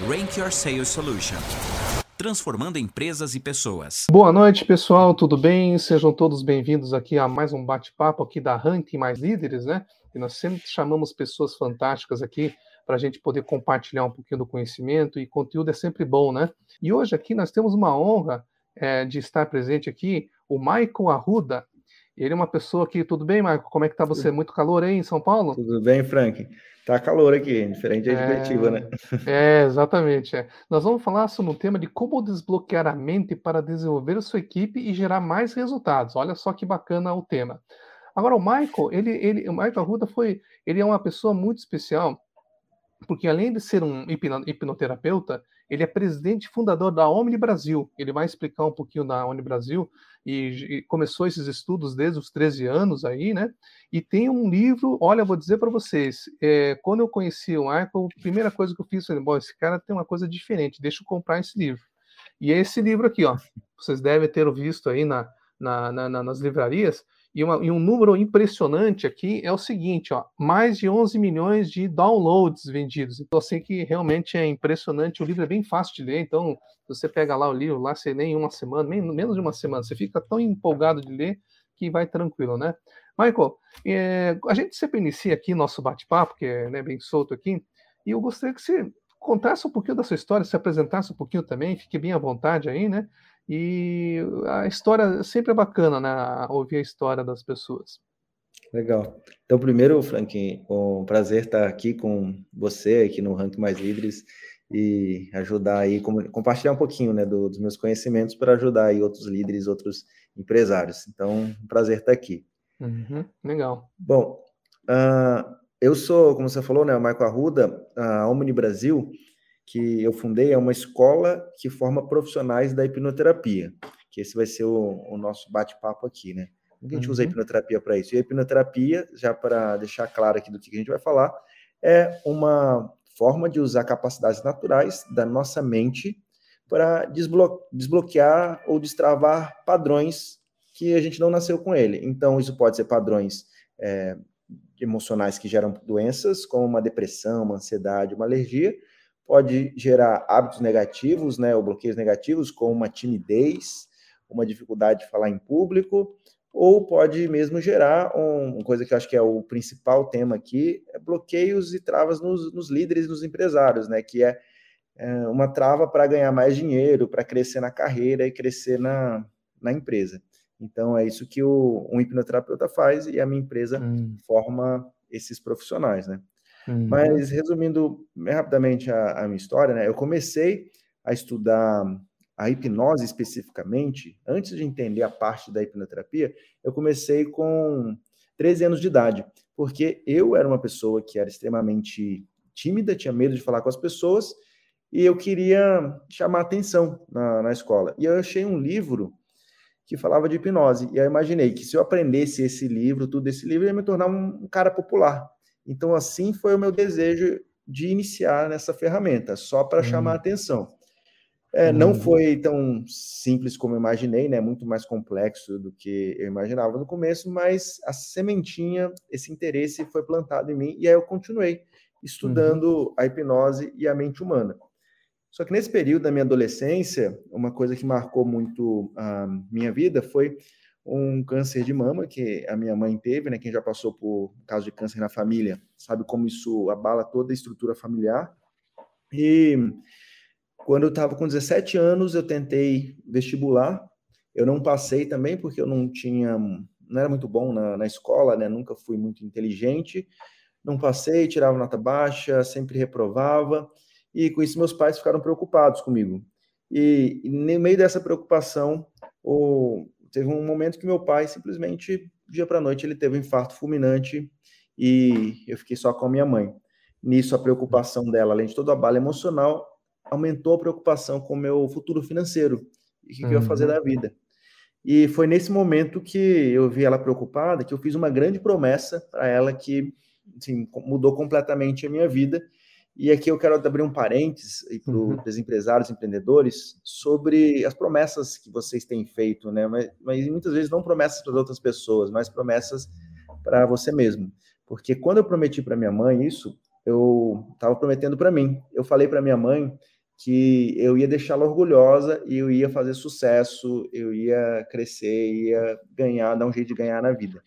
Rank Your Sales Solution, transformando empresas e pessoas. Boa noite, pessoal, tudo bem? Sejam todos bem-vindos aqui a mais um bate-papo aqui da Ranking Mais Líderes, né? E nós sempre chamamos pessoas fantásticas aqui para a gente poder compartilhar um pouquinho do conhecimento, e conteúdo é sempre bom, né? E hoje aqui nós temos uma honra de estar presente aqui, o Michael Arruda. Ele é uma pessoa que... Tudo bem, Michael? Como é que tá você? Muito calor aí em São Paulo? Tudo bem, Frank? Tá calor aqui, diferente aí de Curitiba, né? Exatamente. Nós vamos falar sobre um tema de como desbloquear a mente para desenvolver a sua equipe e gerar mais resultados. Olha só que bacana o tema. Agora, o Michael, o Michael Arruda ele é uma pessoa muito especial, porque além de ser um hipnoterapeuta, ele é presidente e fundador da Omni Brasil. Ele vai explicar um pouquinho da Omni Brasil e começou esses estudos desde os 13 anos aí, né? E tem um livro, olha, eu vou dizer para vocês, quando eu conheci o Michael, a primeira coisa que eu fiz foi, bom, esse cara tem uma coisa diferente, deixa eu comprar esse livro. E é esse livro aqui, ó, vocês devem ter visto aí nas livrarias. E um número impressionante aqui é o seguinte, ó, mais de 11 milhões de downloads vendidos. Então, assim que realmente é impressionante. O livro é bem fácil de ler, então, se você pega lá o livro, lá você lê em uma semana, menos de uma semana, você fica tão empolgado de ler que vai tranquilo, né? Michael, a gente sempre inicia aqui nosso bate-papo, que é, né, bem solto aqui, e eu gostaria que você contasse um pouquinho da sua história, se apresentasse um pouquinho também, fique bem à vontade aí, né? E a história sempre é bacana, né? Ouvir a história das pessoas. Legal. Então, primeiro, Frank, um prazer estar aqui com você, aqui no Ranking Mais Líderes, e ajudar aí, compartilhar um pouquinho, né, dos meus conhecimentos para ajudar aí outros líderes, outros empresários. Então, um prazer estar aqui. Legal. Bom, eu sou, como você falou, né, o Michael Arruda. A Omni Brasil, que eu fundei, é uma escola que forma profissionais da hipnoterapia, que esse vai ser o nosso bate-papo aqui, né? A gente usa a hipnoterapia para isso. E a hipnoterapia, já para deixar claro aqui do que a gente vai falar, é uma forma de usar capacidades naturais da nossa mente para desbloquear ou destravar padrões que a gente não nasceu com ele. Então, isso pode ser padrões emocionais que geram doenças, como uma depressão, uma ansiedade, uma alergia. Pode gerar hábitos negativos, né, ou bloqueios negativos, como uma timidez, uma dificuldade de falar em público, ou pode mesmo gerar uma coisa que eu acho que é o principal tema aqui, bloqueios e travas nos líderes e nos empresários, né, que é uma trava para ganhar mais dinheiro, para crescer na carreira e crescer na empresa. Então, é isso que um hipnoterapeuta faz, e a minha empresa forma esses profissionais, né? Mas, resumindo rapidamente a minha história, né? Eu comecei a estudar a hipnose especificamente, antes de entender a parte da hipnoterapia, eu comecei com 13 anos de idade, porque eu era uma pessoa que era extremamente tímida, tinha medo de falar com as pessoas, e eu queria chamar atenção na escola. E eu achei um livro que falava de hipnose, e eu imaginei que se eu aprendesse esse livro, tudo esse livro, eu ia me tornar um cara popular. Então, assim foi o meu desejo de iniciar nessa ferramenta, só para chamar a atenção. Não foi tão simples como eu imaginei, né? Muito mais complexo do que eu imaginava no começo, mas a sementinha, esse interesse foi plantado em mim, e aí eu continuei estudando a hipnose e a mente humana. Só que nesse período da minha adolescência, uma coisa que marcou muito a minha vida foi um câncer de mama que a minha mãe teve, né? Quem já passou por um caso de câncer na família sabe como isso abala toda a estrutura familiar. E quando eu estava com 17 anos, eu tentei vestibular. Eu não passei também porque eu não era muito bom na escola, né? Nunca fui muito inteligente. Não passei, tirava nota baixa, sempre reprovava. E com isso meus pais ficaram preocupados comigo. E no meio dessa preocupação, teve um momento que meu pai simplesmente, dia para noite, ele teve um infarto fulminante, e eu fiquei só com a minha mãe. Nisso, a preocupação dela, além de todo o abalo emocional, aumentou a preocupação com o meu futuro financeiro e o que eu ia fazer da vida. E foi nesse momento que eu vi ela preocupada, que eu fiz uma grande promessa para ela que, assim, mudou completamente a minha vida. E aqui eu quero abrir um parênteses para os empresários, empreendedores, sobre as promessas que vocês têm feito, né? Mas muitas vezes não promessas para outras pessoas, mas promessas para você mesmo. Porque quando eu prometi para minha mãe isso, eu estava prometendo para mim. Eu falei para minha mãe que eu ia deixá-la orgulhosa e eu ia fazer sucesso, eu ia crescer, ia ganhar, dar um jeito de ganhar na vida.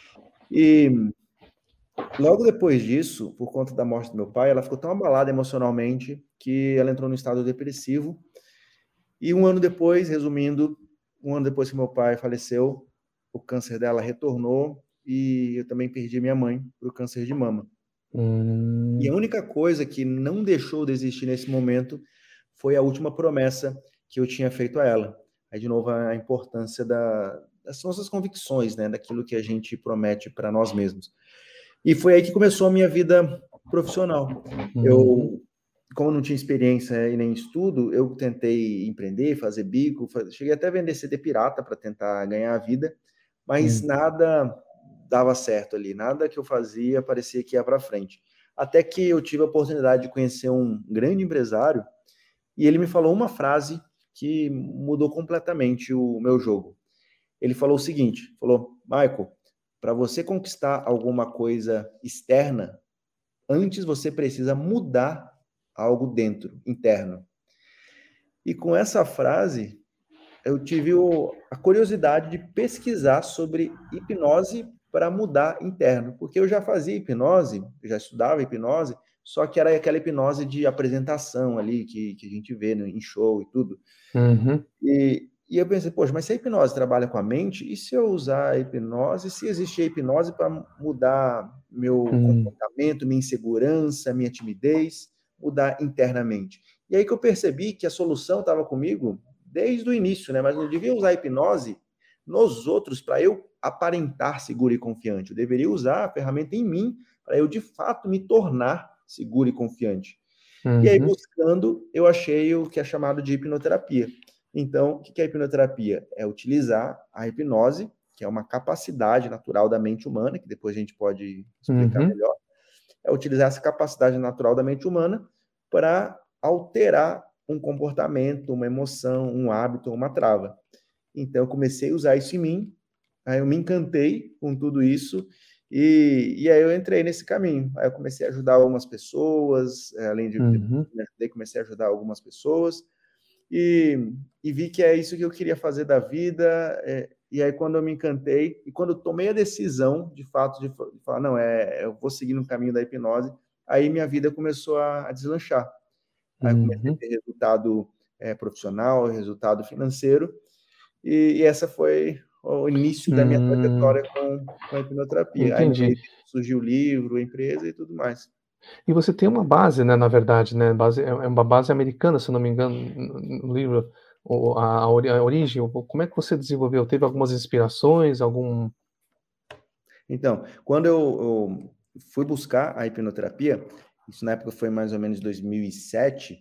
E logo depois disso, por conta da morte do meu pai, ela ficou tão abalada emocionalmente que ela entrou no estado depressivo. E um ano depois, resumindo, um ano depois que meu pai faleceu, o câncer dela retornou e eu também perdi minha mãe para o câncer de mama. E a única coisa que não deixou de existir nesse momento foi a última promessa que eu tinha feito a ela. Aí, de novo, a importância das nossas convicções, né? Daquilo que a gente promete para nós mesmos. E foi aí que começou a minha vida profissional. Eu, como não tinha experiência e nem estudo, eu tentei empreender, fazer bico, cheguei até a vender CD pirata para tentar ganhar a vida, mas nada dava certo ali, nada que eu fazia parecia que ia para frente. Até que eu tive a oportunidade de conhecer um grande empresário e ele me falou uma frase que mudou completamente o meu jogo. Ele falou o seguinte, falou, Michael, para você conquistar alguma coisa externa, antes você precisa mudar algo dentro, interno. E com essa frase, eu tive a curiosidade de pesquisar sobre hipnose para mudar interno, porque eu já fazia hipnose, eu já estudava hipnose, só que era aquela hipnose de apresentação ali, que a gente vê em show e tudo. E eu pensei, poxa, mas se a hipnose trabalha com a mente, e se eu usar a hipnose, se existir a hipnose para mudar meu comportamento, minha insegurança, minha timidez, mudar internamente? E aí que eu percebi que a solução estava comigo desde o início, né? Mas eu não devia usar a hipnose nos outros para eu aparentar seguro e confiante. Eu deveria usar a ferramenta em mim para eu, de fato, me tornar seguro e confiante. E aí, buscando, eu achei o que é chamado de hipnoterapia. Então, o que é a hipnoterapia? É utilizar a hipnose, que é uma capacidade natural da mente humana, que depois a gente pode explicar melhor, é utilizar essa capacidade natural da mente humana para alterar um comportamento, uma emoção, um hábito, uma trava. Então, eu comecei a usar isso em mim, aí eu me encantei com tudo isso, e aí eu entrei nesse caminho. Aí eu comecei a ajudar algumas pessoas, além de me ajudei, comecei a ajudar algumas pessoas, e vi que é isso que eu queria fazer da vida. E aí, quando eu me encantei, e quando eu tomei a decisão, de fato, de falar, não, eu vou seguir no caminho da hipnose, aí minha vida começou a deslanchar. Aí eu comecei a ter resultado profissional, resultado financeiro, e essa foi o início da minha trajetória com a hipnoterapia. Aí, no meio Entendi. surgiu o livro, a empresa e tudo mais. E você tem uma base, né, na verdade, né, base é uma base americana, se eu não me engano, no livro, a origem, como é que você desenvolveu? Teve algumas inspirações, algum Então, quando eu fui buscar a hipnoterapia, isso na época foi mais ou menos 2007,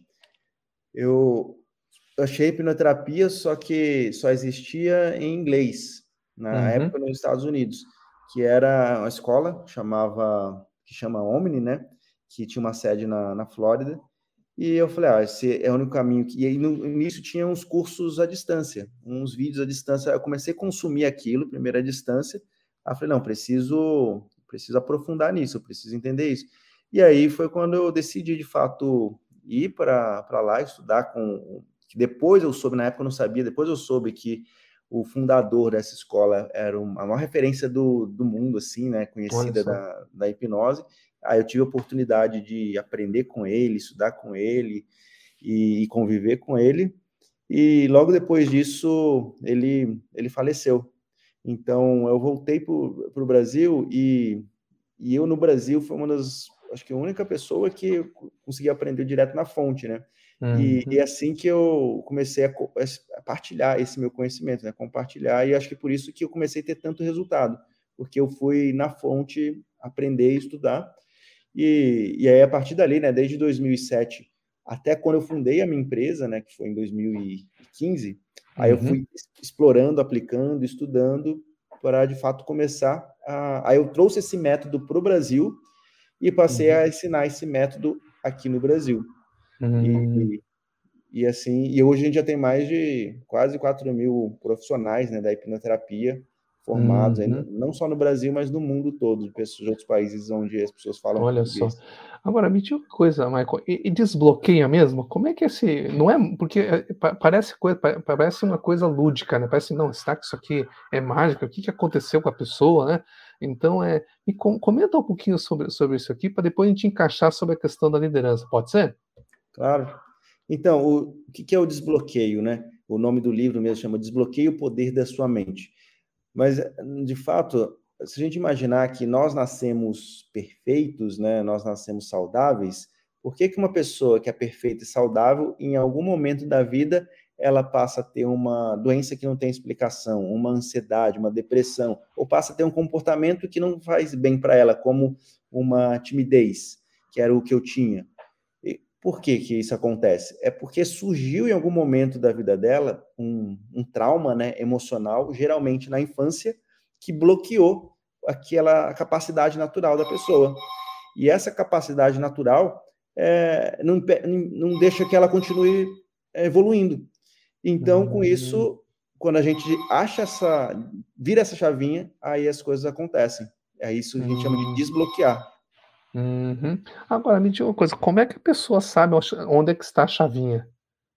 eu achei hipnoterapia, só que só existia em inglês, na época nos Estados Unidos, que era uma escola que chama Omni, né? Que tinha uma sede na Flórida. E eu falei, esse é o único caminho. E aí, no início, tinha uns cursos à distância, uns vídeos à distância. Eu comecei a consumir aquilo, primeiro à distância. Aí eu falei, não, preciso aprofundar nisso, eu preciso entender isso. E aí foi quando eu decidi, de fato, ir para lá, estudar que depois eu soube, na época eu não sabia, depois eu soube que o fundador dessa escola era a maior referência do mundo, assim, né, olha conhecida só. da hipnose. Aí eu tive a oportunidade de aprender com ele, estudar com ele e conviver com ele. E logo depois disso, ele faleceu. Então, eu voltei para o Brasil e eu no Brasil foi uma das, acho que a única pessoa que consegui aprender direto na fonte, né? E é assim que eu comecei a partilhar esse meu conhecimento, né? Compartilhar, e acho que por isso que eu comecei a ter tanto resultado, porque eu fui na fonte aprender e estudar, e aí a partir dali, né, desde 2007 até quando eu fundei a minha empresa, né, que foi em 2015, aí eu fui explorando, aplicando, estudando, para de fato começar aí eu trouxe esse método para o Brasil e passei a ensinar esse método aqui no Brasil. E assim, e hoje a gente já tem mais de quase 4.000 profissionais, né, da hipnoterapia formados, aí, não só no Brasil, mas no mundo todo, de pessoas de outros países onde as pessoas falam Olha português. só. Agora, me diga uma coisa, Michael, e desbloqueia mesmo? Como é que esse não é porque, parece uma coisa lúdica, né, parece: "Não, será que isso aqui é mágica? O que que aconteceu com a pessoa?", né. Então, me comenta um pouquinho sobre isso aqui, para depois a gente encaixar sobre a questão da liderança, pode ser? Claro. Então, o que é o desbloqueio, né? O nome do livro mesmo chama Desbloqueie o Poder da Sua Mente. Mas, de fato, se a gente imaginar que nós nascemos perfeitos, né, nós nascemos saudáveis, por que que uma pessoa que é perfeita e saudável, em algum momento da vida, ela passa a ter uma doença que não tem explicação, uma ansiedade, uma depressão, ou passa a ter um comportamento que não faz bem para ela, como uma timidez, que era o que eu tinha? E por que que isso acontece? É porque surgiu em algum momento da vida dela um trauma, né, emocional, geralmente na infância, que bloqueou aquela capacidade natural da pessoa. E essa capacidade natural não deixa que ela continue evoluindo. Então, com Hum. isso, quando a gente vira essa chavinha, aí as coisas acontecem. É isso que a gente chama de Hum. desbloquear. Uhum. Agora me diga uma coisa, como é que a pessoa sabe onde é que está a chavinha?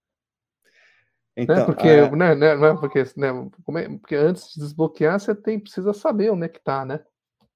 Né, Então, porque, né, não é porque, né, porque antes de desbloquear você precisa saber onde é que tá, né?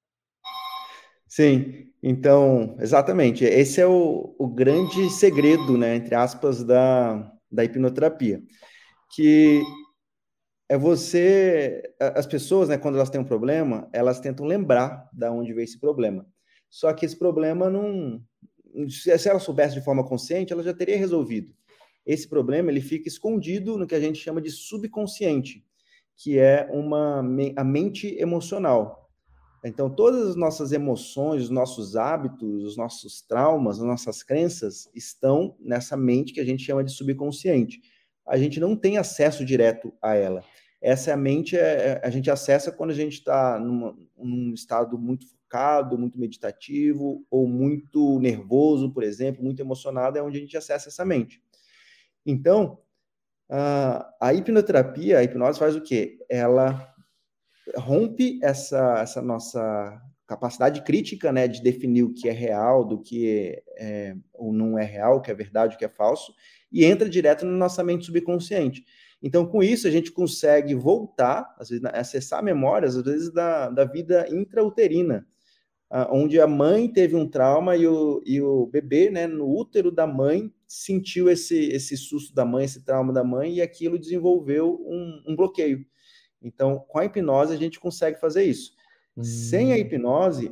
sim, então, exatamente. Esse é o grande segredo, né, entre aspas, da hipnoterapia, que é as pessoas, né, quando elas têm um problema, elas tentam lembrar de onde veio esse problema. Só que esse problema não, se ela soubesse de forma consciente, ela já teria resolvido. Esse problema, ele fica escondido no que a gente chama de subconsciente, que é a mente emocional. Então, todas as nossas emoções, os nossos hábitos, os nossos traumas, as nossas crenças estão nessa mente que a gente chama de subconsciente. A gente não tem acesso direto a ela. Essa é a mente, a gente acessa quando a gente está num estado muito focado, muito meditativo, ou muito nervoso, por exemplo, muito emocionado, é onde a gente acessa essa mente. Então, a hipnoterapia, a hipnose faz o quê? Ela rompe essa nossa capacidade crítica, né, de definir o que é real, do que ou não é real, o que é verdade, o que é falso, e entra direto na nossa mente subconsciente. Então, com isso, a gente consegue voltar, às vezes, acessar memórias, às vezes, da vida intrauterina, onde a mãe teve um trauma e o bebê, né, no útero da mãe, sentiu esse susto da mãe, esse trauma da mãe, e aquilo desenvolveu um bloqueio. Então, com a hipnose, a gente consegue fazer isso. Sem a Hum. hipnose,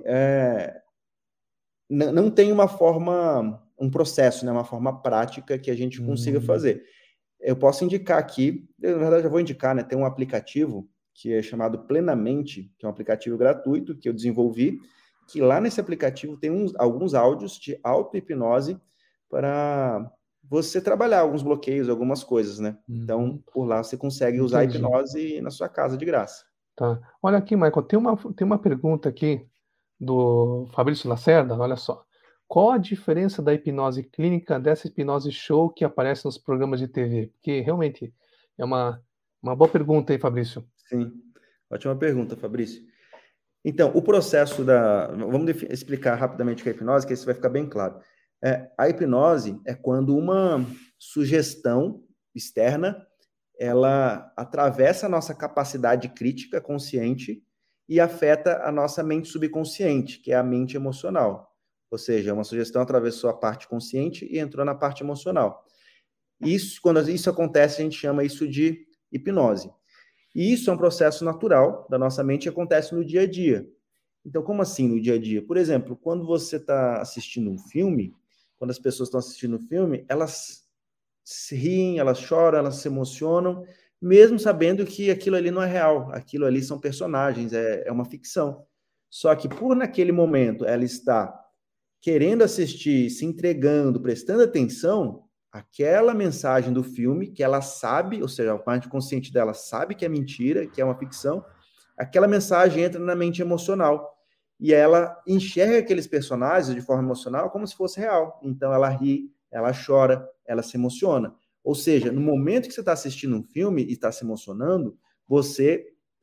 não tem um processo, né, uma forma prática que a gente consiga Hum. fazer. Eu posso indicar aqui, na verdade, eu vou indicar, né, tem um aplicativo que é chamado Plenamente, que é um aplicativo gratuito que eu desenvolvi, que lá nesse aplicativo tem alguns áudios de auto-hipnose para você trabalhar alguns bloqueios, algumas coisas, né? Então, Uhum. por lá você consegue usar a Entendi. hipnose na sua casa de graça. Tá. Olha aqui, Michael, tem uma pergunta aqui do Fabrício Lacerda, olha só. Qual a diferença da hipnose clínica dessa hipnose show que aparece nos programas de TV? Porque realmente é uma boa pergunta aí, Fabrício. Sim, ótima pergunta, Fabrício. Então, o processo vamos explicar rapidamente o que é a hipnose, que isso vai ficar bem claro. A hipnose é quando uma sugestão externa, ela atravessa a nossa capacidade crítica consciente e afeta a nossa mente subconsciente, que é a mente emocional. Ou seja, uma sugestão atravessou a parte consciente e entrou na parte emocional. Quando isso acontece, a gente chama isso de hipnose. E isso é um processo natural da nossa mente que acontece no dia a dia. Então, como assim no dia a dia? Por exemplo, quando você está assistindo um filme, quando as pessoas estão assistindo um filme, elas se riem, elas choram, elas se emocionam, mesmo sabendo que aquilo ali não é real, aquilo ali são personagens, é uma ficção. Só que por naquele momento ela está querendo assistir, se entregando, prestando atenção, aquela mensagem do filme que ela sabe, ou seja, a parte consciente dela sabe que é mentira, que é uma ficção, aquela mensagem entra na mente emocional e ela enxerga aqueles personagens de forma emocional como se fosse real. Então ela ri, ela chora, ela se emociona. Ou seja, no momento que você está assistindo um filme e está se emocionando, você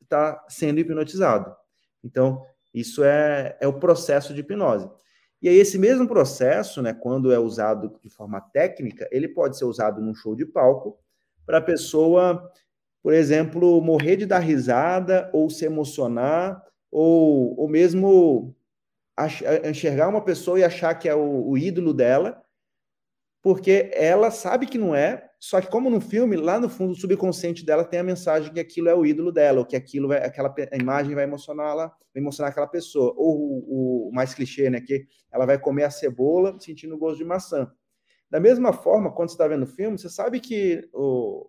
está sendo hipnotizado. Então, isso é o processo de hipnose. E aí, esse mesmo processo, né, quando é usado de forma técnica, ele pode ser usado num show de palco para a pessoa, por exemplo, morrer de dar risada, ou se emocionar, ou mesmo enxergar uma pessoa e achar que é o ídolo dela, porque ela sabe que não é, só que como no filme, lá no fundo, o subconsciente dela tem a mensagem que aquilo é o ídolo dela, ou que aquilo aquela imagem vai emocionar aquela pessoa. Ou o mais clichê, né, que ela vai comer a cebola sentindo o gosto de maçã. Da mesma forma, quando você está vendo o filme, você sabe que o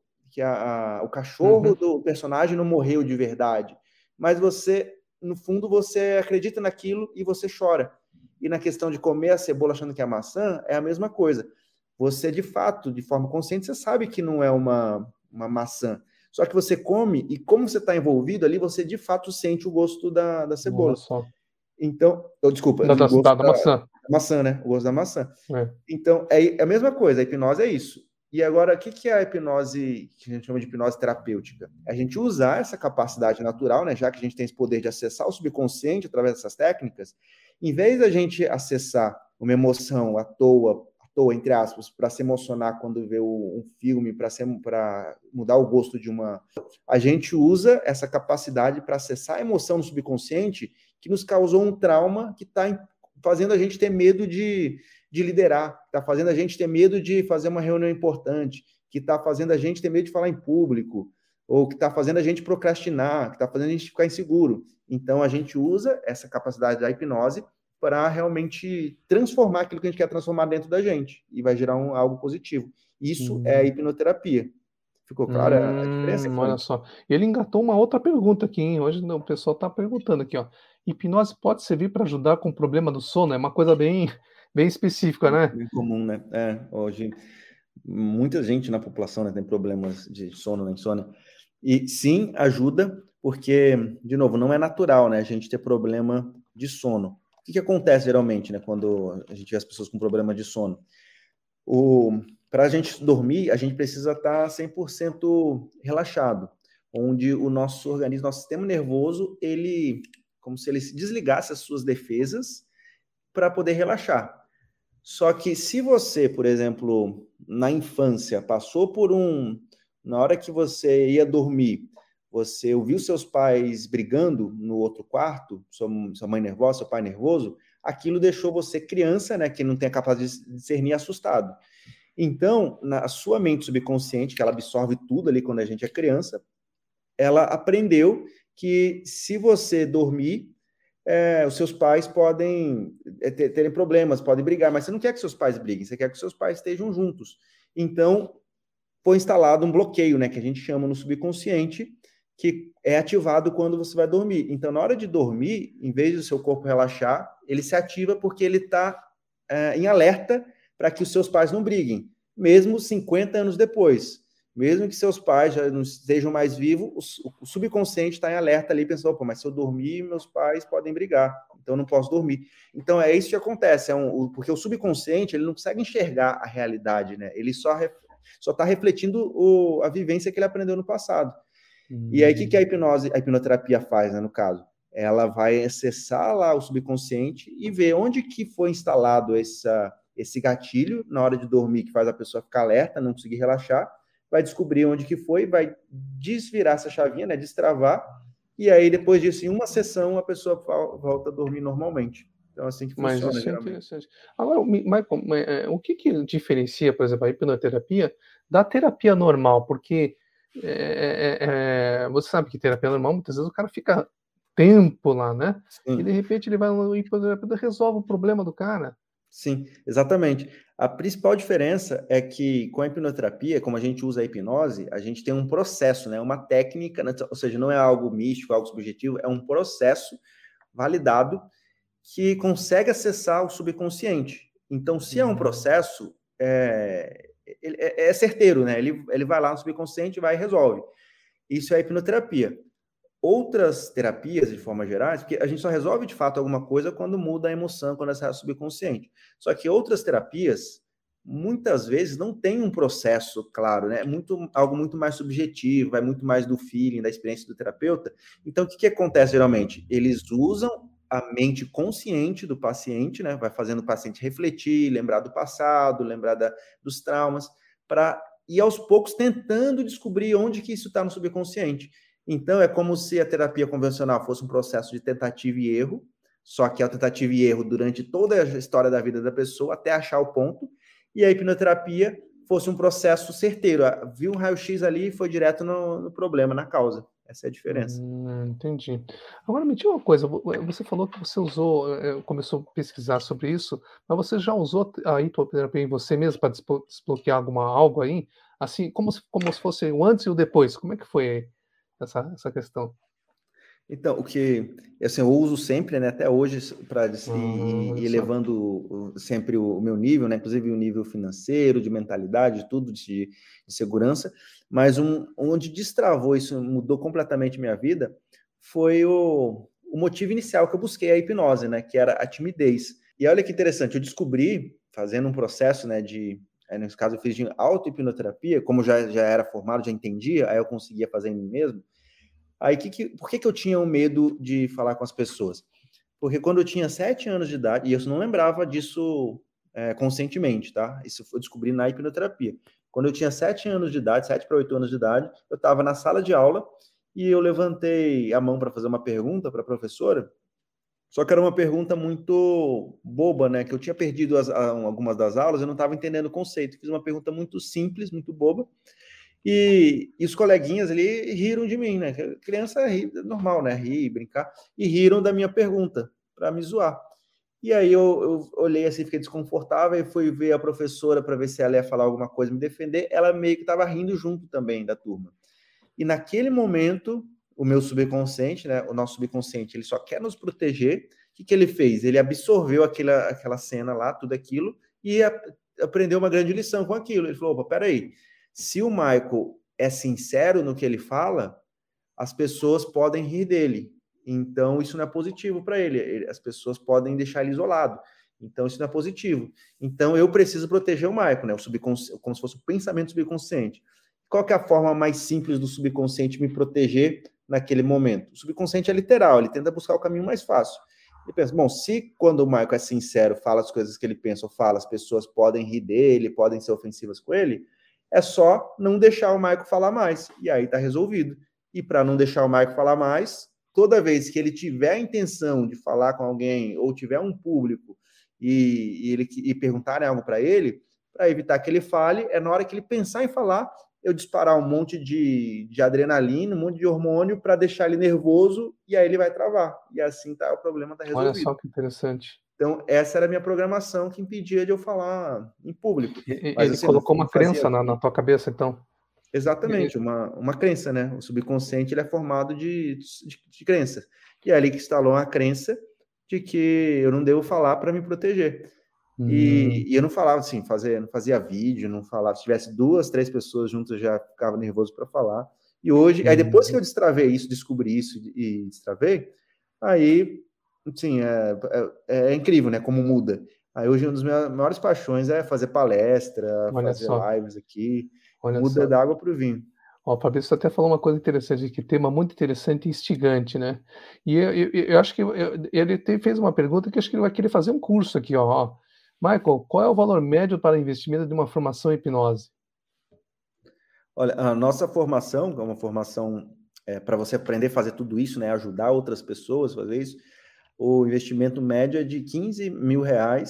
cachorro do personagem não morreu de verdade, mas você, no fundo, você acredita naquilo e você chora. E na questão de comer a cebola achando que é maçã, é a mesma coisa. Você, de fato, de forma consciente, você sabe que não é uma maçã. Só que você come, e como você está envolvido ali, você, de fato, sente o gosto da cebola. Olha só. Então, desculpa, Da o gosto da maçã. Da maçã, né? O gosto da maçã. É. Então, é a mesma coisa, a hipnose é isso. E agora, o que é a hipnose, que a gente chama de hipnose terapêutica? É a gente usar essa capacidade natural, né, já que a gente tem esse poder de acessar o subconsciente através dessas técnicas, em vez da gente acessar uma emoção à toa, entre aspas, para se emocionar quando vê um filme, para mudar o gosto de uma... A gente usa essa capacidade para acessar a emoção no subconsciente que nos causou um trauma que está fazendo a gente ter medo de liderar, está fazendo a gente ter medo de fazer uma reunião importante, que está fazendo a gente ter medo de falar em público, ou que está fazendo a gente procrastinar, que está fazendo a gente ficar inseguro. Então, a gente usa essa capacidade da hipnose para realmente transformar aquilo que a gente quer transformar dentro da gente, e vai gerar algo positivo. Isso é a hipnoterapia. Ficou clara a diferença? Olha só. Ele engatou uma outra pergunta aqui, hein? Hoje o pessoal está perguntando aqui, ó. Hipnose pode servir para ajudar com o problema do sono? É uma coisa bem específica, né? Bem comum, né? Hoje, muita gente na população, né, tem problemas de sono, né, insônia. E sim, ajuda, porque, de novo, não é natural, né, a gente ter problema de sono. O que acontece geralmente, né, quando a gente vê as pessoas com problema de sono? Para a gente dormir, a gente precisa estar 100% relaxado, onde o nosso organismo, nosso sistema nervoso, ele, como se ele se desligasse as suas defesas para poder relaxar. Só que se você, por exemplo, na infância, passou por na hora que você ia dormir, você ouviu seus pais brigando no outro quarto, sua mãe nervosa, seu pai nervoso, aquilo deixou você criança, né, que não tem a capacidade de discernir, assustado. Então, na sua mente subconsciente, que ela absorve tudo ali quando a gente é criança, ela aprendeu que se você dormir, os seus pais podem terem problemas, podem brigar, mas você não quer que seus pais briguem, você quer que seus pais estejam juntos. Então, foi instalado um bloqueio, né, que a gente chama no subconsciente, que é ativado quando você vai dormir. Então, na hora de dormir, em vez do seu corpo relaxar, ele se ativa porque ele está em alerta para que os seus pais não briguem, mesmo 50 anos depois. Mesmo que seus pais já não estejam mais vivos, o subconsciente está em alerta ali, pensando, mas se eu dormir, meus pais podem brigar, então eu não posso dormir. Então é isso que acontece, porque o subconsciente ele não consegue enxergar a realidade, né? Ele só está refletindo a vivência que ele aprendeu no passado. E aí, o que a hipnoterapia faz, né, no caso? Ela vai acessar lá o subconsciente e ver onde que foi instalado esse gatilho na hora de dormir, que faz a pessoa ficar alerta, não conseguir relaxar, vai descobrir onde que foi, vai desvirar essa chavinha, né, destravar, e aí depois disso, em uma sessão, a pessoa volta a dormir normalmente. Então, assim que Mas funciona, isso é geralmente. interessante. Agora, Michael, o que diferencia, por exemplo, a hipnoterapia da terapia normal? Porque você sabe que terapia normal, muitas vezes o cara fica tempo lá, né? E de Sim. repente ele vai no hipnoterapia e resolve o problema do cara. Sim, exatamente. A principal diferença é que com a hipnoterapia, como a gente usa a hipnose, a gente tem um processo, né? Uma técnica, né? Ou seja, não é algo místico, algo subjetivo, é um processo validado que consegue acessar o subconsciente. Então, se é um processo, é certeiro, né? Ele vai lá no subconsciente, vai e resolve. Isso é a hipnoterapia. Outras terapias, de forma geral, porque a gente só resolve de fato alguma coisa quando muda a emoção, quando essa é subconsciente. Só que outras terapias, muitas vezes não tem um processo claro, né? Algo muito mais subjetivo, vai muito mais do feeling, da experiência do terapeuta. Então, o que acontece geralmente? Eles usam a mente consciente do paciente, né? Vai fazendo o paciente refletir, lembrar do passado, lembrar dos traumas, para ir aos poucos tentando descobrir onde que isso está no subconsciente. Então, é como se a terapia convencional fosse um processo de tentativa e erro, só que a tentativa e erro durante toda a história da vida da pessoa, até achar o ponto, e a hipnoterapia fosse um processo certeiro. Viu um raio-x ali e foi direto no problema, na causa. Essa é a diferença. Entendi. Agora me diga uma coisa, você falou que você usou, começou a pesquisar sobre isso, mas você já usou a hipnoterapia em você mesmo para desbloquear algo aí? Assim, como se fosse o antes e o depois, como é que foi essa questão? Então, o que assim, eu uso sempre, né, até hoje, para ir Olha só. elevando sempre o meu nível, né, inclusive o nível financeiro, de mentalidade, tudo de segurança, mas onde destravou isso, mudou completamente minha vida, foi o motivo inicial que eu busquei a hipnose, né, que era a timidez. E olha que interessante, eu descobri, fazendo um processo, né, nesse caso eu fiz de auto-hipnoterapia, como já era formado, já entendia, aí eu conseguia fazer em mim mesmo. Aí, por que eu tinha um medo de falar com as pessoas? Porque quando eu tinha 7 anos de idade, e eu não lembrava disso conscientemente, tá? Isso eu descobri na hipnoterapia. Quando eu tinha 7 anos de idade, 7 para 8 anos de idade, eu estava na sala de aula e eu levantei a mão para fazer uma pergunta para a professora, só que era uma pergunta muito boba, né? Que eu tinha perdido algumas das aulas, eu não estava entendendo o conceito. Fiz uma pergunta muito simples, muito boba, e os coleguinhas ali riram de mim, né? Criança ri, normal, né? Rir, brincar. E riram da minha pergunta, para me zoar. E aí eu olhei assim, fiquei desconfortável, e fui ver a professora para ver se ela ia falar alguma coisa, me defender. Ela meio que estava rindo junto também da turma. E naquele momento, o meu subconsciente, né? O nosso subconsciente, ele só quer nos proteger. O que ele fez? Ele absorveu aquela cena lá, tudo aquilo, e aprendeu uma grande lição com aquilo. Ele falou, opa, peraí, se o Michael é sincero no que ele fala, as pessoas podem rir dele. Então, isso não é positivo para ele. As pessoas podem deixar ele isolado. Então, isso não é positivo. Então, eu preciso proteger o Michael, né? Como se fosse o pensamento subconsciente. Qual que é a forma mais simples do subconsciente me proteger naquele momento? O subconsciente é literal, ele tenta buscar o caminho mais fácil. Ele pensa, bom, se quando o Michael é sincero, fala as coisas que ele pensa ou fala, as pessoas podem rir dele, podem ser ofensivas com ele, é só não deixar o Michael falar mais. E aí tá resolvido. E para não deixar o Michael falar mais, toda vez que ele tiver a intenção de falar com alguém ou tiver um público e perguntarem algo para ele, para evitar que ele fale, é na hora que ele pensar em falar, eu disparar um monte de adrenalina, um monte de hormônio para deixar ele nervoso e aí ele vai travar. E assim o problema tá resolvido. Olha só que interessante. Então, essa era a minha programação que impedia de eu falar em público. Mas, Ele assim, colocou não uma crença fazia... na tua cabeça, então? Exatamente, uma crença, né? O subconsciente ele é formado de crenças. E é ali que instalou a crença de que eu não devo falar para me proteger. E eu não falava assim, não fazia vídeo, não falava. Se tivesse 2, 3 pessoas juntas, eu já ficava nervoso para falar. E hoje, aí depois que eu destravei isso, descobri isso e destravei, aí, assim, é incrível, né? Como muda. Aí hoje uma das minhas maiores paixões é fazer palestra, fazer lives aqui. Muda da água para o vinho. Ó, o Fabrício até falou uma coisa interessante, que tema muito interessante e instigante, né? E eu acho que ele fez uma pergunta que acho que ele vai querer fazer um curso aqui, ó. Michael, qual é o valor médio para investimento de uma formação em hipnose? Olha, a nossa formação, é uma formação para você aprender a fazer tudo isso, né? Ajudar outras pessoas a fazer isso. O investimento médio é de R$15 mil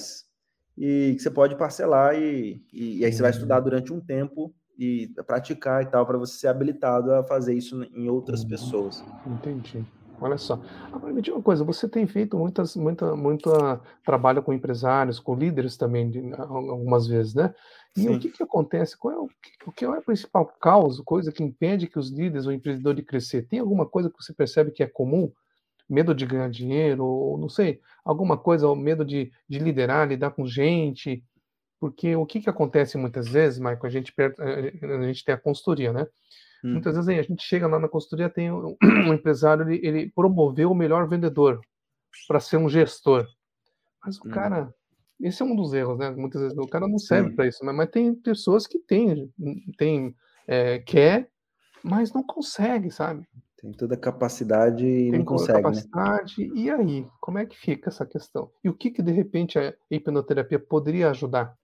e que você pode parcelar e aí você vai estudar durante um tempo e praticar e tal, para você ser habilitado a fazer isso em outras pessoas. Entendi. Olha só. Agora me diga uma coisa, você tem feito muito trabalho com empresários, com líderes também, algumas vezes, né? E o Sim. que acontece? Qual é a principal causa, coisa que impede que os líderes ou empreendedores de crescer? Tem alguma coisa que você percebe que é comum? Medo de ganhar dinheiro, ou não sei, alguma coisa, ou medo de liderar, lidar com gente? Porque o que acontece muitas vezes, Michael, a gente tem a consultoria, né? Muitas vezes a gente chega lá na consultoria, tem um empresário, ele promoveu o melhor vendedor para ser um gestor. Mas o cara esse é um dos erros, né, muitas vezes o cara não serve Sim. para isso, mas tem pessoas que quer, mas não consegue, sabe. Tem toda a capacidade e não Tem co consegue, né? capacidade, e aí, como é que fica essa questão? E o que de repente a hipnoterapia poderia ajudar?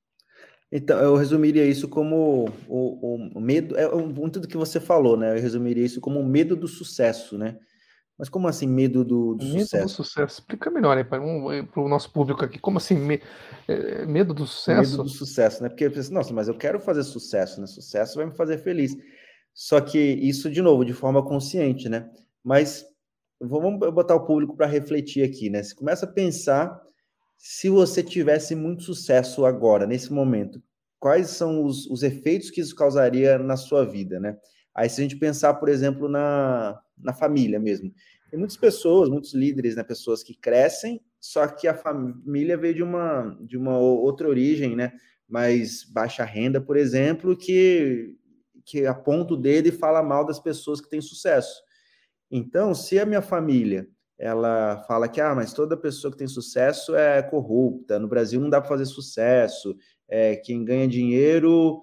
Então, eu resumiria isso como o medo, muito do que você falou, né? Eu resumiria isso como o medo do sucesso, né? Mas como assim medo do Medo do sucesso? sucesso, explica melhor aí para o nosso público aqui, como assim medo do Medo do sucesso? sucesso, né? Porque eu penso, nossa, mas eu quero fazer sucesso, né? Sucesso vai me fazer feliz. Só que isso, de novo, de forma consciente, né? Mas vamos botar o público para refletir aqui, né? Você começa a pensar se você tivesse muito sucesso agora, nesse momento, quais são os efeitos que isso causaria na sua vida, né? Aí, se a gente pensar, por exemplo, na família mesmo, tem muitas pessoas, muitos líderes, né? Pessoas que crescem, só que a família veio de uma outra origem, né? Mais baixa renda, por exemplo, que aponta o dedo e fala mal das pessoas que têm sucesso. Então, se a minha família ela fala que mas toda pessoa que tem sucesso é corrupta, no Brasil não dá para fazer sucesso, quem ganha dinheiro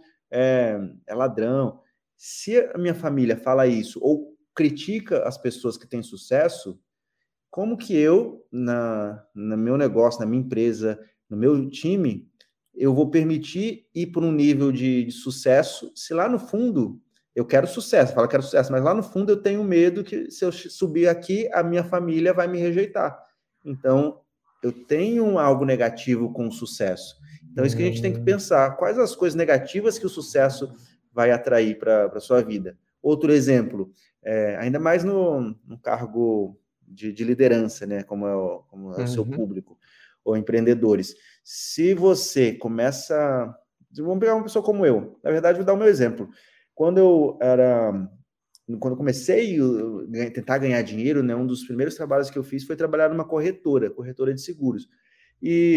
é ladrão. Se a minha família fala isso ou critica as pessoas que têm sucesso, como que eu, no meu negócio, na minha empresa, no meu time, eu vou permitir ir para um nível de sucesso, se lá no fundo eu quero sucesso, falo que quero sucesso, mas lá no fundo eu tenho medo que se eu subir aqui, a minha família vai me rejeitar. Então, eu tenho algo negativo com o sucesso. Então, isso que a gente tem que Hum, pensar. Quais as coisas negativas que o sucesso vai atrair para a sua vida? Outro exemplo, ainda mais no cargo de liderança, né? Como é o seu uhum. público, ou empreendedores. Se você começa. Vamos pegar uma pessoa como eu. Na verdade, vou dar o meu exemplo. Quando eu comecei a tentar ganhar dinheiro, né, um dos primeiros trabalhos que eu fiz foi trabalhar numa corretora de seguros. E,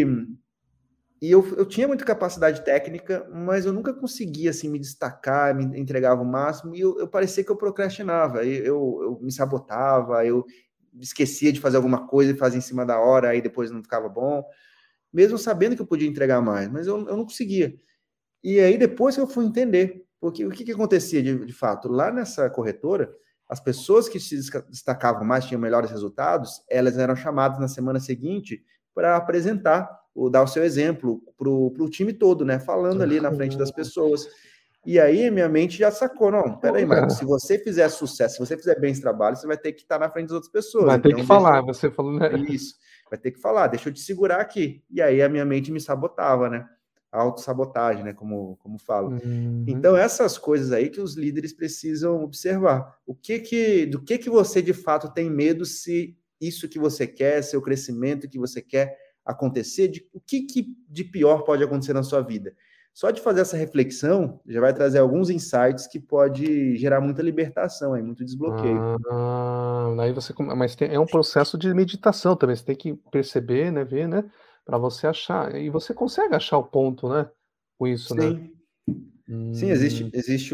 eu tinha muita capacidade técnica, mas eu nunca conseguia assim, me destacar, me entregava o máximo, e eu parecia que eu procrastinava, eu me sabotava, eu esquecia de fazer alguma coisa e fazia em cima da hora, aí depois não ficava bom, mesmo sabendo que eu podia entregar mais, mas eu não conseguia. E aí depois que eu fui entender, porque o que acontecia de fato? Lá nessa corretora, as pessoas que se destacavam mais, tinham melhores resultados, elas eram chamadas na semana seguinte para apresentar, ou dar o seu exemplo para o time todo, né? Falando ali na frente das pessoas. E aí minha mente já sacou, não, peraí, Michael, Olha, se você fizer sucesso, se você fizer bem esse trabalho, você vai ter que estar na frente das outras pessoas. vai ter que Então, deixa falar, você falou, né? isso, vai ter que falar, deixa eu te segurar aqui. E aí a minha mente me sabotava, né? A autossabotagem, né? Como fala. Uhum. Então, essas coisas aí que os líderes precisam observar. Do que você de fato tem medo se isso que você quer, seu crescimento que você quer acontecer, o que de pior pode acontecer na sua vida? Só de fazer essa reflexão já vai trazer alguns insights que pode gerar muita libertação, aí, muito desbloqueio. Aí mas é um processo de meditação também, você tem que perceber, né, ver, né, para você achar e você consegue achar o ponto, né, com isso, né? Sim, sim, existe, Hum, existe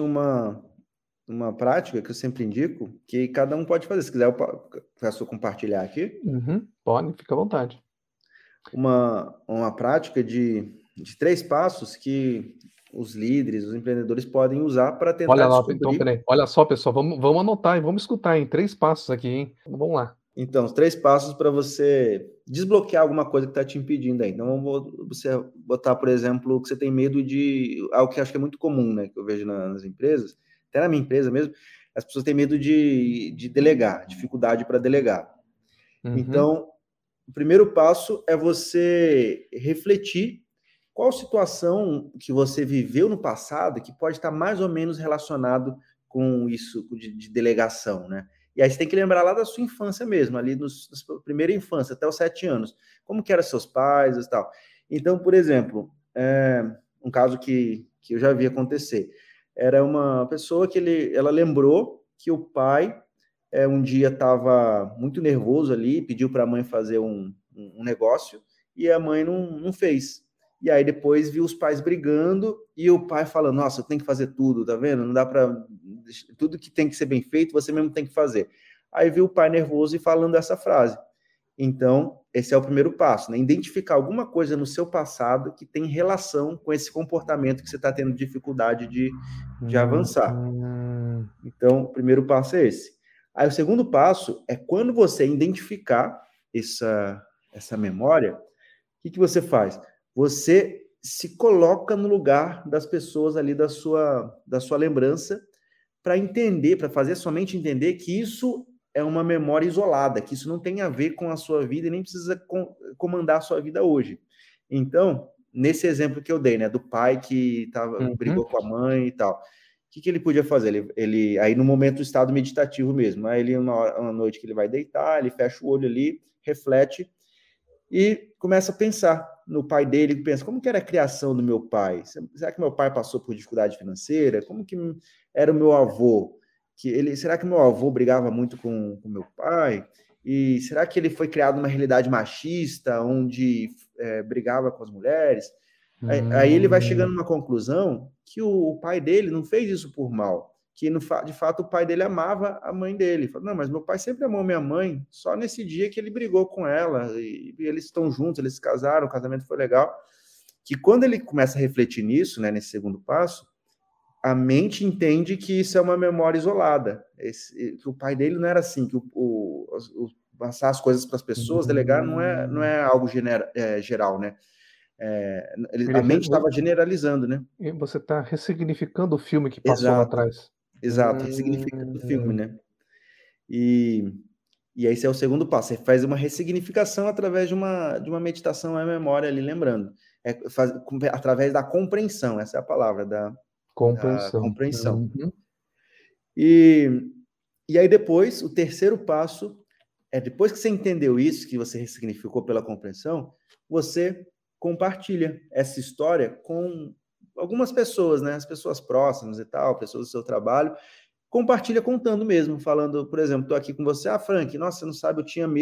uma prática que eu sempre indico que cada um pode fazer. Se quiser, eu posso compartilhar aqui. uhum, pode, fica à vontade. Uma prática de 3 passos que os líderes, os empreendedores podem usar para tentar Olha lá, então descobrir. espera aí, olha só pessoal, vamos anotar e vamos escutar em 3 passos aqui, hein. Vamos lá. Então, os 3 passos para você desbloquear alguma coisa que está te impedindo aí. Então, você botar, por exemplo, que você tem medo de algo que acho que é muito comum, né? Que eu vejo nas empresas, até na minha empresa mesmo, as pessoas têm medo de delegar, dificuldade para delegar. Uhum. Então, o primeiro passo é você refletir qual situação que você viveu no passado que pode estar mais ou menos relacionado com isso de delegação, né? E aí você tem que lembrar lá da sua infância mesmo, ali na primeira infância, até os 7 anos. Como que eram seus pais e tal. Então, por exemplo, um caso que eu já vi acontecer. Era uma pessoa que ela lembrou que o pai um dia estava muito nervoso ali, pediu para a mãe fazer um negócio e a mãe não fez. E aí depois viu os pais brigando e o pai falando: Nossa, eu tenho que fazer tudo, tá vendo? Não dá para. Tudo que tem que ser bem feito, você mesmo tem que fazer. Aí viu o pai nervoso e falando essa frase. Então, esse é o primeiro passo, né? Identificar alguma coisa no seu passado que tem relação com esse comportamento que você está tendo dificuldade de avançar. Então, o primeiro passo é esse. Aí, o segundo passo é quando você identificar essa memória, o que você faz? Você se coloca no lugar das pessoas ali da sua lembrança para entender, para fazer a sua mente entender que isso é uma memória isolada, que isso não tem a ver com a sua vida e nem precisa comandar a sua vida hoje. Então, nesse exemplo que eu dei, né, do pai que brigou com a mãe e tal, o que ele podia fazer? Ele aí no momento do estado meditativo mesmo, aí ele uma noite que ele vai deitar, ele fecha o olho ali, reflete e começa a pensar no pai dele, pensa, como que era a criação do meu pai? Será que meu pai passou por dificuldade financeira? Como que era o meu avô? Será que meu avô brigava muito com meu pai? E será que ele foi criado numa realidade machista, onde brigava com as mulheres? Aí ele vai chegando numa conclusão que o pai dele não fez isso por mal, que de fato o pai dele amava a mãe dele. Fala, não, mas meu pai sempre amou minha mãe, só nesse dia que ele brigou com ela, e eles estão juntos, eles se casaram, o casamento foi legal. Que quando ele começa a refletir nisso, né, nesse segundo passo, a mente entende que isso é uma memória isolada, que o pai dele não era assim, que passar as coisas para as pessoas, delegar, não é algo geral, né? A mente estava generalizando, né? E você está ressignificando o filme que passou lá atrás. Exato, ressignificando o filme, né? E aí esse é o segundo passo, você faz uma ressignificação através de uma meditação à memória ali, lembrando. Através da compreensão, essa é a palavra, da compreensão. E aí depois, o terceiro passo depois que você entendeu isso, que você ressignificou pela compreensão, você compartilha essa história com algumas pessoas, né? As pessoas próximas e tal, pessoas do seu trabalho, compartilha contando mesmo, falando, por exemplo, estou aqui com você, Frank, nossa, você não sabe,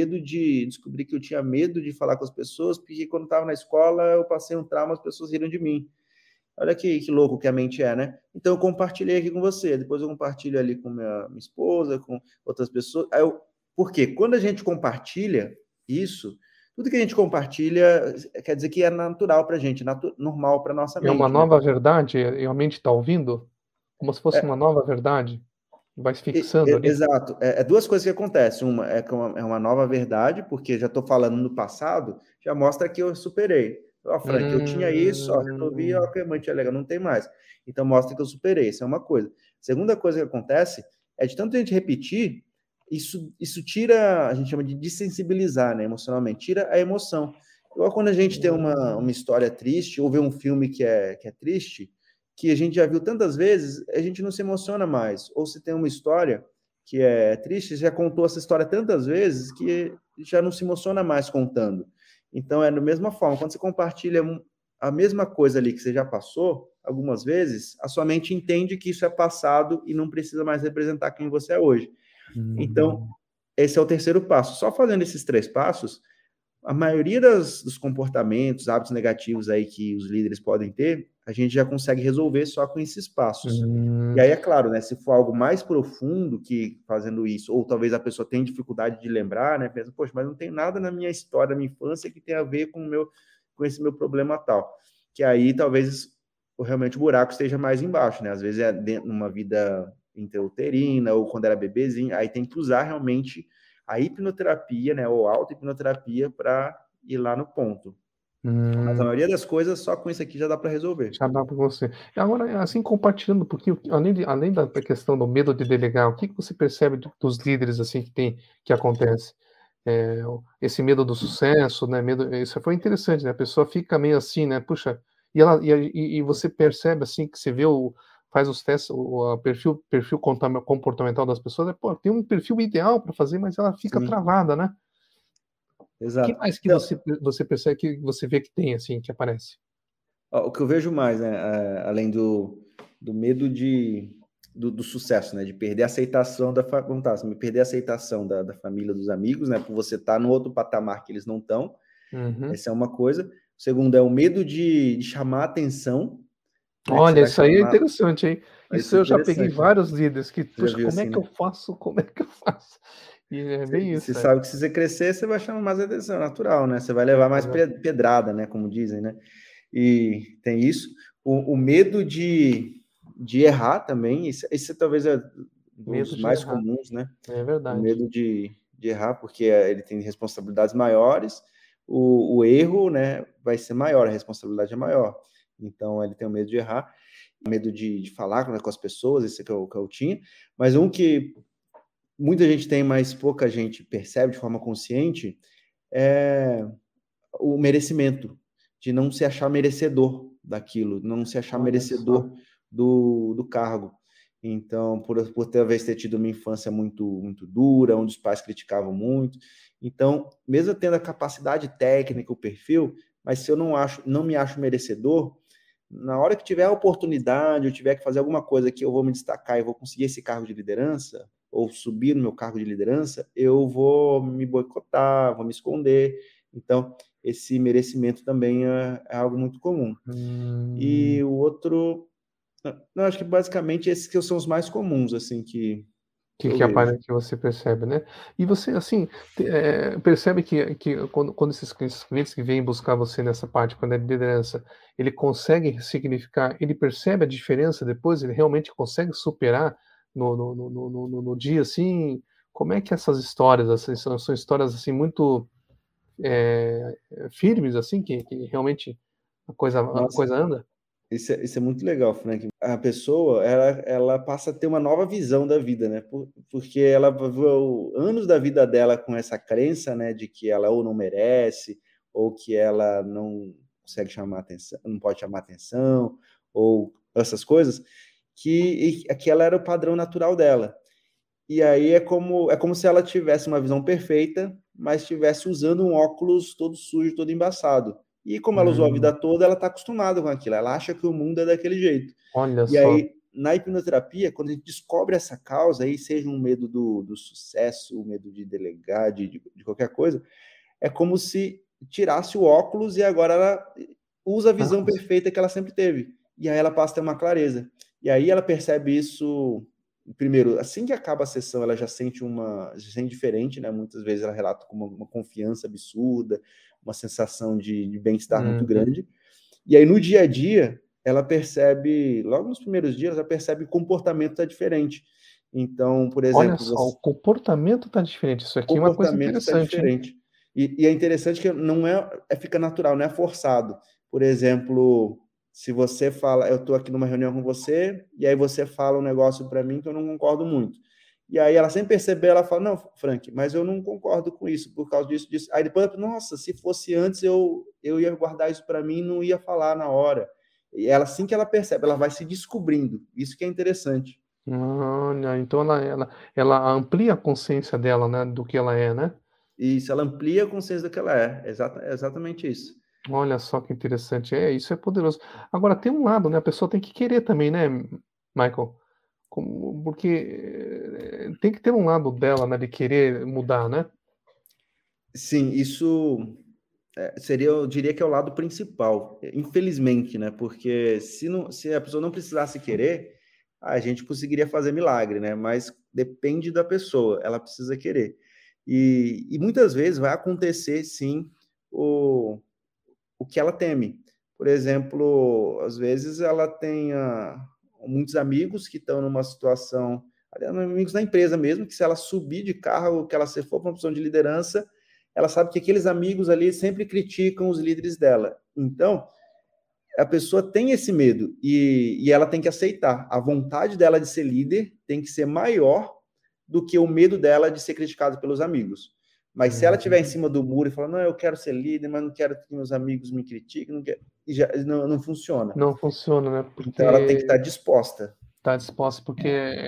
descobri que eu tinha medo de falar com as pessoas, porque quando estava na escola eu passei um trauma, as pessoas riram de mim. Olha que louco que a mente é, né? Então eu compartilhei aqui com você, depois eu compartilho ali com minha esposa, com outras pessoas. Porque quando a gente compartilha isso, tudo que a gente compartilha quer dizer que é natural para a gente, normal para nossa mente. É uma nova verdade? E a mente está ouvindo? Como se fosse uma nova verdade? Vai se fixando ali? Exato. Duas coisas que acontecem. Uma é que é uma nova verdade, porque já estou falando no passado, já mostra que eu superei. Frank, eu tinha isso, resolvi, a mãe tinha legal, não tem mais. Então mostra que eu superei, isso é uma coisa. Segunda coisa que acontece é de tanto a gente repetir, isso tira, a gente chama de desensibilizar, né, emocionalmente, tira a emoção. Igual quando a gente tem uma história triste, ou vê um filme que é triste, que a gente já viu tantas vezes, a gente não se emociona mais. Ou se tem uma história que é triste, já contou essa história tantas vezes que já não se emociona mais contando. Então, da mesma forma, quando você compartilha a mesma coisa ali que você já passou, algumas vezes, a sua mente entende que isso é passado e não precisa mais representar quem você é hoje. Então, esse é o terceiro passo. Só fazendo esses 3 passos, a maioria dos comportamentos, hábitos negativos aí que os líderes podem ter, a gente já consegue resolver só com esses passos. E aí, é claro, né, se for algo mais profundo que fazendo isso, ou talvez a pessoa tenha dificuldade de lembrar, né, pensa, poxa, mas não tem nada na minha história, na minha infância, que tenha a ver com esse meu problema tal. Que aí, talvez, realmente o buraco esteja mais embaixo, né? Às vezes é numa vida intrauterina, ou quando era bebezinho, aí tem que usar realmente a hipnoterapia, né, ou auto-hipnoterapia para ir lá no ponto. Mas a maioria das coisas, só com isso aqui já dá para resolver. Já dá para você. Agora, assim, compartilhando um pouquinho, além da questão do medo de delegar, o que você percebe dos líderes, assim, que acontece? Esse medo do sucesso, né, isso foi interessante, né, a pessoa fica meio assim, né, puxa, e você percebe, assim, que você vê faz os testes, o perfil comportamental das pessoas, tem um perfil ideal para fazer, mas ela fica travada, né? Exato. O que mais que você percebe, que você vê que tem, assim, que aparece? O que eu vejo mais, né, além do medo do sucesso, né, de perder a aceitação perder a aceitação da família, dos amigos, né, por você estar no outro patamar que eles não estão. Essa é uma coisa. O segundo é o medo de chamar atenção. Né, olha, isso aí é interessante, hein? Isso eu já peguei vários líderes que, puxa, como é que eu faço? E é bem Você isso, sabe que se você crescer, você vai chamar mais atenção, natural, né? Você vai levar mais pedrada, né? Como dizem, né? E tem isso. O medo de errar também, esse talvez é um medo dos de mais errar. comuns, né? É O verdade. medo de errar, porque ele tem responsabilidades maiores, o erro, né, vai ser maior, a responsabilidade é maior. Então, ele tem o medo de errar, o medo de falar, né, com as pessoas, esse que eu tinha. Mas um que muita gente tem, mas pouca gente percebe de forma consciente, é o merecimento, de não se achar merecedor daquilo, não se achar Olha só. merecedor do cargo. Então, por talvez ter tido uma infância muito, muito dura, onde os pais criticavam muito. Então, mesmo tendo a capacidade técnica, o perfil, mas se eu não me acho merecedor, na hora que tiver a oportunidade, eu tiver que fazer alguma coisa que eu vou me destacar e vou conseguir esse cargo de liderança, ou subir no meu cargo de liderança, eu vou me boicotar, vou me esconder. Então, esse merecimento também é algo muito comum. E o outro, eu acho que basicamente esses que são os mais comuns, assim, que eu Que vejo. aparece, que você percebe, né? E você, assim, percebe que quando esses clientes que vêm buscar você nessa parte, quando é de liderança, ele consegue significar, ele percebe a diferença depois, ele realmente consegue superar no dia, assim? Como é que essas histórias, assim, são histórias, assim, muito firmes, assim, que realmente a Nossa, coisa anda? isso é muito legal, Frank. A pessoa, ela passa a ter uma nova visão da vida, né? Porque ela viveu anos da vida dela com essa crença, né, de que ela ou não merece, ou que ela não consegue chamar atenção, não pode chamar atenção, ou essas coisas, que aquela era o padrão natural dela. E aí é como se ela tivesse uma visão perfeita, mas estivesse usando um óculos todo sujo, todo embaçado. E como ela usou a vida Hum, toda, ela está acostumada com aquilo. Ela acha que o mundo é daquele jeito. olha E só. aí, na hipnoterapia, quando a gente descobre essa causa, aí seja um medo do sucesso, o medo de delegar, de qualquer coisa, é como se tirasse o óculos e agora ela usa a visão Nossa. perfeita que ela sempre teve. E aí ela passa a ter uma clareza. E aí ela percebe isso. Primeiro, assim que acaba a sessão, ela já se sente diferente, né? Muitas vezes ela relata com uma confiança absurda, uma sensação de bem-estar muito Uhum. grande. E aí no dia a dia, ela percebe, logo nos primeiros dias, ela percebe que o comportamento está diferente. Então, por Olha exemplo, só, o comportamento tá diferente. Isso aqui é uma coisa comportamento está interessante, hein? diferente. E é interessante que não fica natural, não é forçado. Por exemplo, se você fala, eu estou aqui numa reunião com você, e aí você fala um negócio para mim que eu não concordo muito. E aí ela, sem perceber, ela fala, não, Frank, mas eu não concordo com isso, por causa disso, disso. Aí depois, nossa, se fosse antes, eu ia guardar isso para mim e não ia falar na hora. E ela, assim que ela percebe, ela vai se descobrindo. Isso que é interessante. Olha, então ela amplia a consciência dela, né, do que ela é, né? E isso, ela amplia a consciência do que ela é. É exatamente isso. Olha só que interessante. É, isso é poderoso. Agora tem um lado, né? A pessoa tem que querer também, né, Michael? Porque tem que ter um lado dela, né, de querer mudar, né? Sim, isso seria, eu diria que é o lado principal, infelizmente, né? Porque se a pessoa não precisasse querer, a gente conseguiria fazer milagre, né? Mas depende da pessoa, ela precisa querer. E muitas vezes vai acontecer, sim, o que ela teme. Por exemplo, às vezes ela tem muitos amigos que estão numa situação, amigos da empresa mesmo, que se ela subir de cargo, que ela se for para uma posição de liderança, ela sabe que aqueles amigos ali sempre criticam os líderes dela. Então, a pessoa tem esse medo e ela tem que aceitar. A vontade dela de ser líder tem que ser maior do que o medo dela de ser criticada pelos amigos. Mas se ela estiver em Uhum. cima do muro e falar, não, eu quero ser líder, mas não quero que meus amigos me critiquem, não, quero, não funciona. Não funciona, né? Então ela tem que Porque estar disposta. tá disposta, porque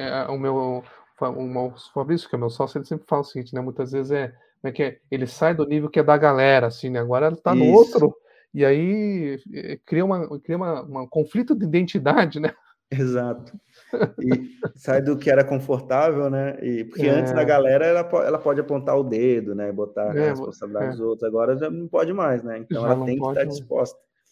o Fabrício, que é meu sócio, ele sempre fala o seguinte, né? Muitas vezes como é que é? Ele sai do nível que é da galera, assim, né? Agora ele tá no Isso, outro, e aí cria uma conflito de identidade, né? exato. E sai do que era confortável, né? Porque antes na É, galera ela pode apontar o dedo, né? Botar a é, responsabilidade é, dos outros. Agora já não pode mais, né? Então já ela não tem que pode. estar disposta.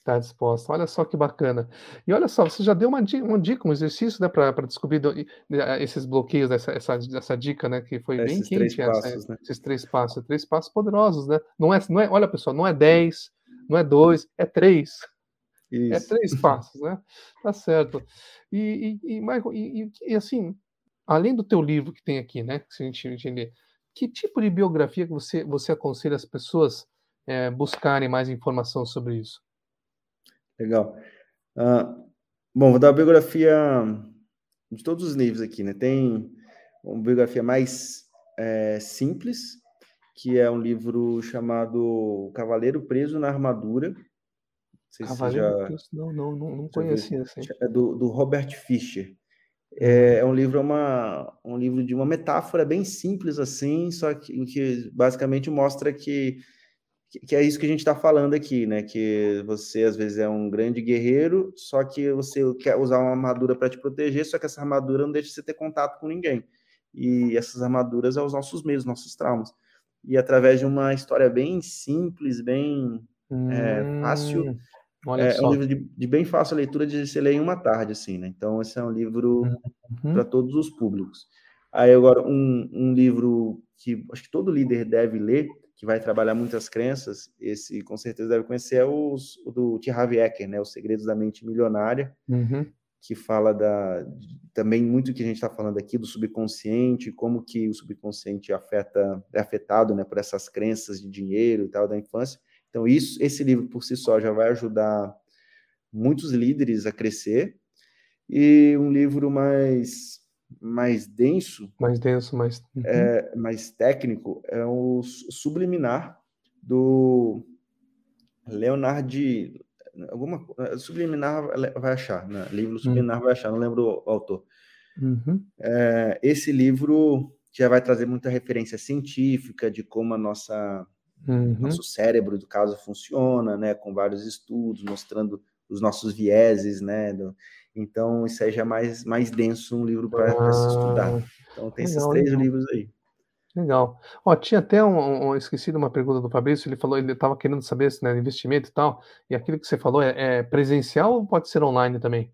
Tá disposta. Olha só que bacana. E olha só, você já deu uma dica, um exercício, né, para descobrir esses bloqueios, essa dica, né, que foi bem Esses três quente passos, né? esses 3 passos, 3 passos poderosos, né. Não é olha pessoal, não é 10, não é 2, é 3. É Isso. 3 passos, né. Tá certo. Michael, assim, além do teu livro que tem aqui, né, se a gente entender, que tipo de biografia que você aconselha as pessoas, buscarem mais informação sobre isso? Legal. Ah, bom, vou dar a biografia de todos os livros aqui, né? Tem uma biografia mais simples, que é um livro chamado O Cavaleiro Preso na Armadura. Não sei se você Cavaleiro Preto, não já viu. conhecia, assim. É do Robert Fisher. Uhum. É um livro, um livro de uma metáfora bem simples assim, só que basicamente mostra que é isso que a gente está falando aqui, né? Que você às vezes é um grande guerreiro, só que você quer usar uma armadura para te proteger, só que essa armadura não deixa você ter contato com ninguém. E essas armaduras são os nossos medos, nossos traumas. E através de uma história bem simples, bem fácil, Olha é um só. livro de bem fácil leitura de se ler em uma tarde, assim, né? Então, esse é um livro para Uhum. todos os públicos. Aí, agora, um livro que acho que todo líder deve ler, que vai trabalhar muitas crenças, esse com certeza deve conhecer, é o do T. Harv Eker, né? Os Segredos da Mente Milionária, Uhum. que fala também muito que a gente está falando aqui do subconsciente, como que o subconsciente é afetado, né, por essas crenças de dinheiro e tal da infância. Então, esse livro por si só já vai ajudar muitos líderes a crescer. E um livro mais denso, Mais denso, mais técnico, é o Subliminar, do Leonard. Subliminar vai achar, né? Livro Hum. Subliminar vai achar, não lembro o autor. Uhum. Esse livro já vai trazer muita referência científica de como Uhum. nosso cérebro, do caso, funciona, né? Com vários estudos mostrando os nossos vieses, né? Então, isso aí já é mais denso, um livro para se estudar. Ah, Então, tem esses legal, 3 legal, livros aí. legal. Ó, tinha até esqueci de uma pergunta do Fabrício, ele falou ele estava querendo saber se, né, investimento e tal, e aquilo que você falou é presencial ou pode ser online também?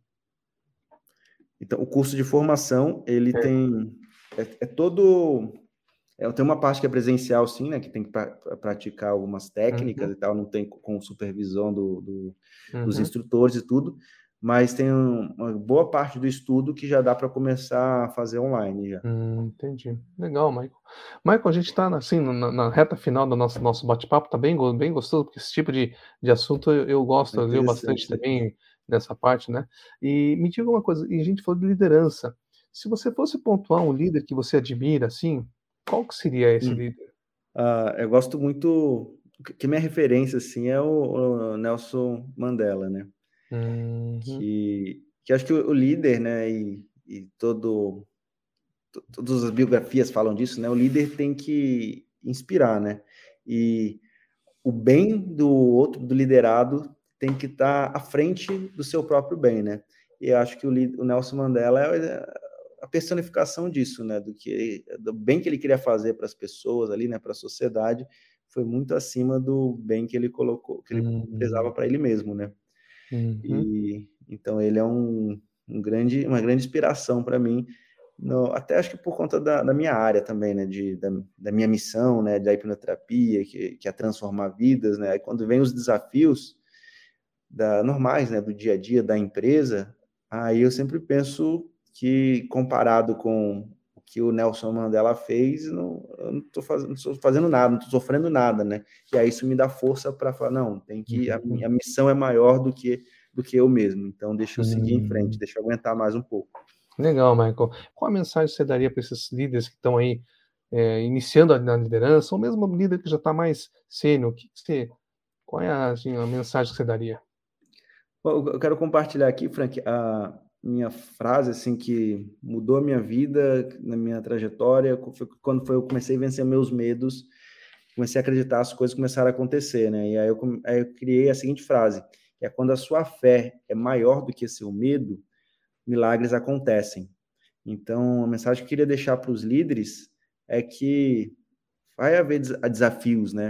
Então, o curso de formação, ele É. tem... todo... tem uma parte que é presencial, sim, né? Que tem que praticar algumas técnicas Uhum. e tal, não tem com supervisão dos Uhum. instrutores e tudo, mas tem uma boa parte do estudo que já dá para começar a fazer online já. Entendi. Legal, Michael. Michael, a gente está assim, na reta final do nosso bate-papo, tá bem gostoso, porque esse tipo de assunto eu gosto, É eu leio bastante interessante, né? também nessa parte, né. E me diga uma coisa, e a gente falou de liderança, se você fosse pontuar um líder que você admira, assim, qual que seria esse Hum. líder? Eu gosto muito, que minha referência, assim, é o Nelson Mandela, né? Uhum, Que acho que o líder, né, e todas as biografias falam disso, né? O líder tem que inspirar, né? E o bem do outro, do liderado, tem que estar à frente do seu próprio bem, né? E eu acho que o Nelson Mandela é a personificação disso, né? Do bem que ele queria fazer para as pessoas ali, né? Para a sociedade, foi muito acima do bem que ele colocou, que ele prezava uhum, para ele mesmo, né? uhum, E então ele é uma grande inspiração para mim, até acho que por conta da minha área também, né, da minha missão, né, da hipnoterapia, que é transformar vidas, né, aí quando vem os desafios normais, né, do dia a dia da empresa, aí eu sempre penso que comparado com o que o Nelson Mandela fez, eu não estou fazendo nada, não estou sofrendo nada, né, e aí isso me dá força para falar, não, a uhum, missão é maior do que eu mesmo, então deixa eu seguir em frente, hum. deixa eu aguentar mais um pouco. Legal, Michael. Qual a mensagem você daria para esses líderes que estão aí, iniciando na liderança, ou mesmo o líder que já está mais sênior, qual é assim, a mensagem que você daria? Bom, eu quero compartilhar aqui, Frank, a minha frase assim que mudou a minha vida na minha trajetória, foi quando eu comecei a vencer meus medos, comecei a acreditar, as coisas começaram a acontecer, né? E aí eu criei a seguinte frase, que é: quando a sua fé é maior do que seu medo, milagres acontecem. Então, a mensagem que eu queria deixar para os líderes é que vai haver desafios, né?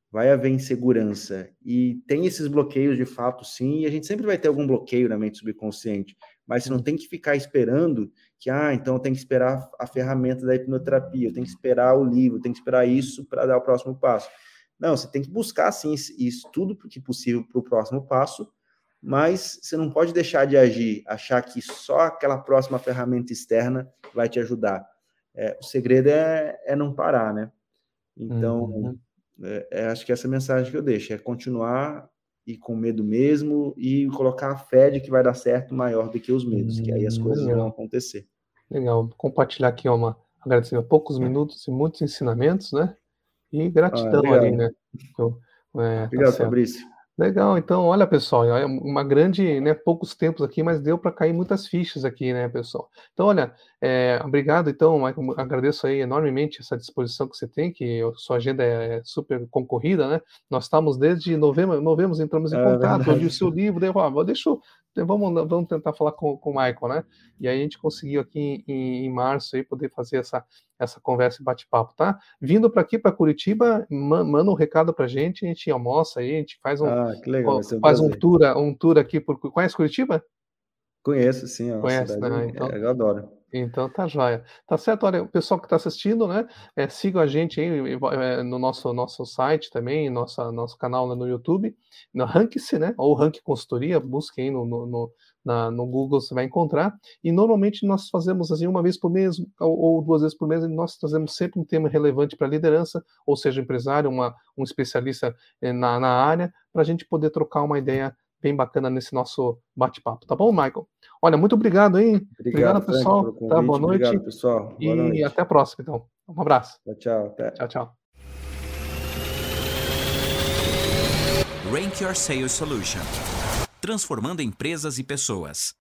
vai haver insegurança e tem esses bloqueios de fato, sim, e a gente sempre vai ter algum bloqueio na mente subconsciente, mas você não tem que ficar esperando que, então eu tenho que esperar a ferramenta da hipnoterapia, eu tenho que esperar o livro, eu tenho que esperar isso para dar o próximo passo. Não, você tem que buscar, sim, isso tudo que possível para o próximo passo, mas você não pode deixar de agir, achar que só aquela próxima ferramenta externa vai te ajudar. O segredo é não parar, né? Então, acho que essa é a mensagem que eu deixo, é continuar e com medo mesmo e colocar a fé de que vai dar certo maior do que os medos, que aí as coisas vão acontecer. Legal. Compartilhar aqui agradecer poucos minutos e muitos ensinamentos, né? E gratidão ali, né? Tá Obrigado, certo. Fabrício. Legal, então, olha, pessoal, é uma grande, né, poucos tempos aqui, mas deu para cair muitas fichas aqui, né, pessoal? Então, olha, obrigado, então, Michael, agradeço aí enormemente essa disposição que você tem, que a sua agenda é super concorrida, né? Nós estamos desde novembro entramos em contato, eu li o seu livro, daí vamos tentar falar com o Michael, né? E aí a gente conseguiu aqui em março aí poder fazer essa conversa e bate-papo, tá? Vindo para aqui, para Curitiba, manda um recado pra gente, a gente almoça aí, a gente faz que legal, vai ser um faz prazer. um tour aqui conhece Curitiba? Conheço, sim, a Conhece, cidade, né? Então, eu adoro. então tá joia. Tá certo, olha, o pessoal que está assistindo, né, siga a gente aí no nosso site também, nosso canal lá no YouTube, no Rank-se, né, ou Rank Consultoria, busque aí no Google, você vai encontrar. E normalmente nós fazemos assim uma vez por mês ou 2 vezes por mês, e nós trazemos sempre um tema relevante para a liderança, ou seja, empresário, um especialista na área, para a gente poder trocar uma ideia bem bacana nesse nosso bate-papo, tá bom, Michael? Olha, muito obrigado, hein? Obrigado, Frank, pessoal. pelo convite. Tá, boa noite. Obrigado, pessoal. Boa E noite. até a próxima, então. Um abraço. Tchau, até. Tchau. Rank Your Sales Solution. Transformando empresas e pessoas.